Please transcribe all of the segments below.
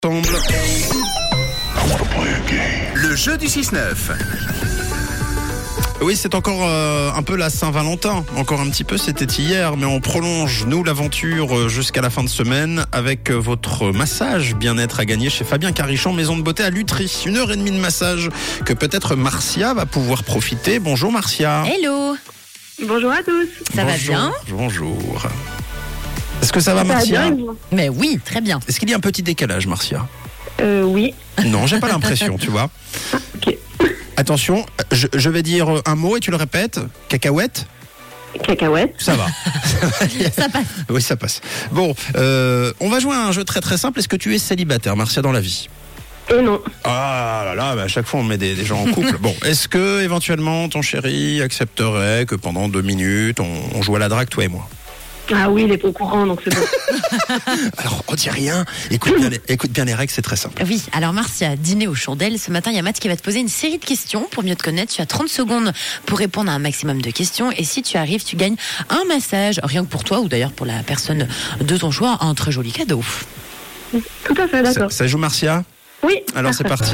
Ensemble. Le jeu du 6-9. Oui, c'est encore un peu la Saint-Valentin. Encore un petit peu, c'était hier. Mais on prolonge, nous, l'aventure jusqu'à la fin de semaine avec votre massage bien-être à gagner chez Fabien Carichon, maison de beauté à Lutry. 1h30 de massage que peut-être Marcia va pouvoir profiter. Bonjour Marcia. Hello. Bonjour à tous. Ça va bien? Bonjour. Est-ce que ça va, Marcia? Mais oui, très bien. Est-ce qu'il y a un petit décalage, Marcia? Oui. Non, j'ai pas l'impression, tu vois. Ok. Attention, je vais dire un mot et tu le répètes. Cacahuète? Cacahuète. Ça va. Ça passe. Oui, ça passe. Bon, on va jouer à un jeu très très simple. Est-ce que tu es célibataire, Marcia, dans la vie? Et non. Ah là là, à chaque fois on met des gens en couple. Bon, est-ce que éventuellement ton chéri accepterait que pendant 2 minutes on joue à la drague, toi et moi? Ah oui, il est pas au courant, donc c'est bon. Alors, on dit rien. Écoute bien les règles, c'est très simple. Oui, alors Marcia, dîner aux chandelles. Ce matin, il y a Matt qui va te poser une série de questions pour mieux te connaître. Tu as 30 secondes pour répondre à un maximum de questions. Et si tu arrives, tu gagnes un massage, rien que pour toi ou d'ailleurs pour la personne de ton choix, un très joli cadeau. Tout à fait, d'accord. Ça joue, Marcia? Oui. Alors c'est parti.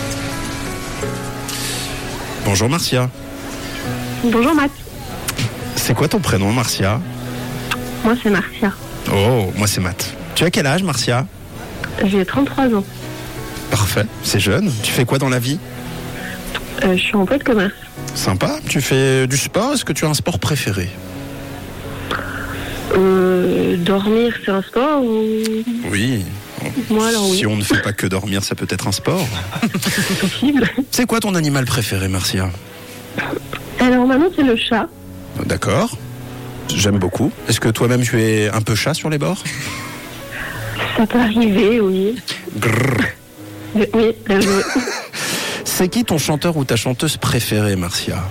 Bonjour Marcia. Bonjour Matt. C'est quoi ton prénom, Marcia? Moi c'est Marcia. Oh, moi c'est Matt. Tu as quel âge, Marcia? J'ai 33 ans. Parfait, c'est jeune. Tu fais quoi dans la vie? Je suis en de commerce. Sympa. Tu fais du sport? Est-ce que tu as un sport préféré? Dormir, c'est un sport ou... Oui. Moi alors oui. Si on ne fait pas que dormir, ça peut être un sport. C'est possible. C'est quoi ton animal préféré, Marcia? Alors maintenant c'est le chat. D'accord. J'aime beaucoup. Est-ce que toi-même tu es un peu chat sur les bords? Ça peut arriver, oui. Grrr. Oui, bien joué. C'est qui ton chanteur ou ta chanteuse préférée, Marcia?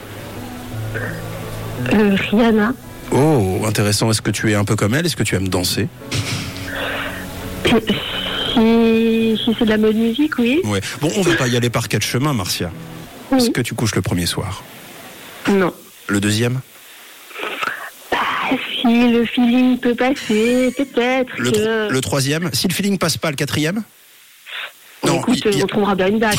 Rihanna. Oh, intéressant. Est-ce que tu es un peu comme elle? Est-ce que tu aimes danser? Si c'est de la bonne musique, oui. Ouais. Bon, on va pas y aller par 4 chemins, Marcia. Oui. Est-ce que tu couches le premier soir? Non. Le deuxième? Si le feeling peut passer, peut-être que... Le troisième? Si le feeling passe pas, le quatrième? Non, écoute, on trouvera bien une date.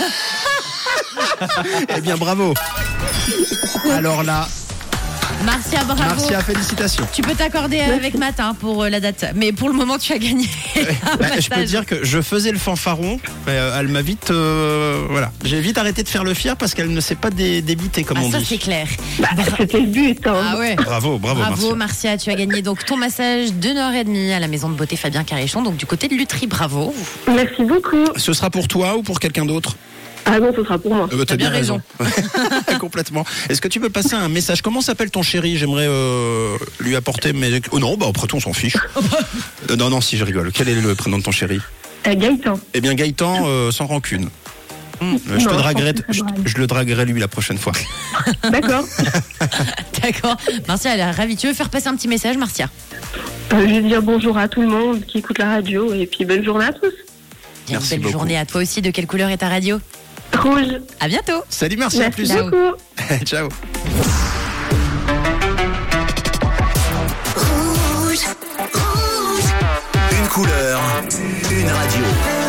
Eh bien, bravo. Alors là, Marcia, bravo. Marcia, félicitations. Tu peux t'accorder avec Matt pour la date. Mais pour le moment, tu as gagné. Je peux te dire que je faisais le fanfaron, mais elle m'a vite... voilà. J'ai vite arrêté de faire le fier parce qu'elle ne s'est pas débiter, comme on ça, dit. c'est clair. C'était le but. Hein. Ah ouais. Bravo, Bravo, Marcia. Marcia. Tu as gagné donc ton massage d'1h30 à la maison de beauté Fabien Carichon, donc du côté de Lutry. Bravo. Merci beaucoup. Ce sera pour toi ou pour quelqu'un d'autre? Ah non, ce sera pour moi. T'as bien raison. Complètement. Est-ce que tu peux passer un message? Comment s'appelle ton chéri? J'aimerais lui apporter mes... Oh non, après tout on s'en fiche. Non, si je rigole. Quel est le prénom de ton chéri? Gaëtan. Eh bien Gaëtan, sans rancune. Je le draguerai lui la prochaine fois. D'accord. D'accord. Marcia, elle est ravie. Tu veux faire passer un petit message, Marcia? Je vais dire bonjour à tout le monde qui écoute la radio et puis bonne journée à tous. Merci belle beaucoup. journée à toi aussi. De quelle couleur est ta radio? Rouge. À bientôt. Salut, merci, à plus. Merci beaucoup. Ciao. Une couleur, une radio.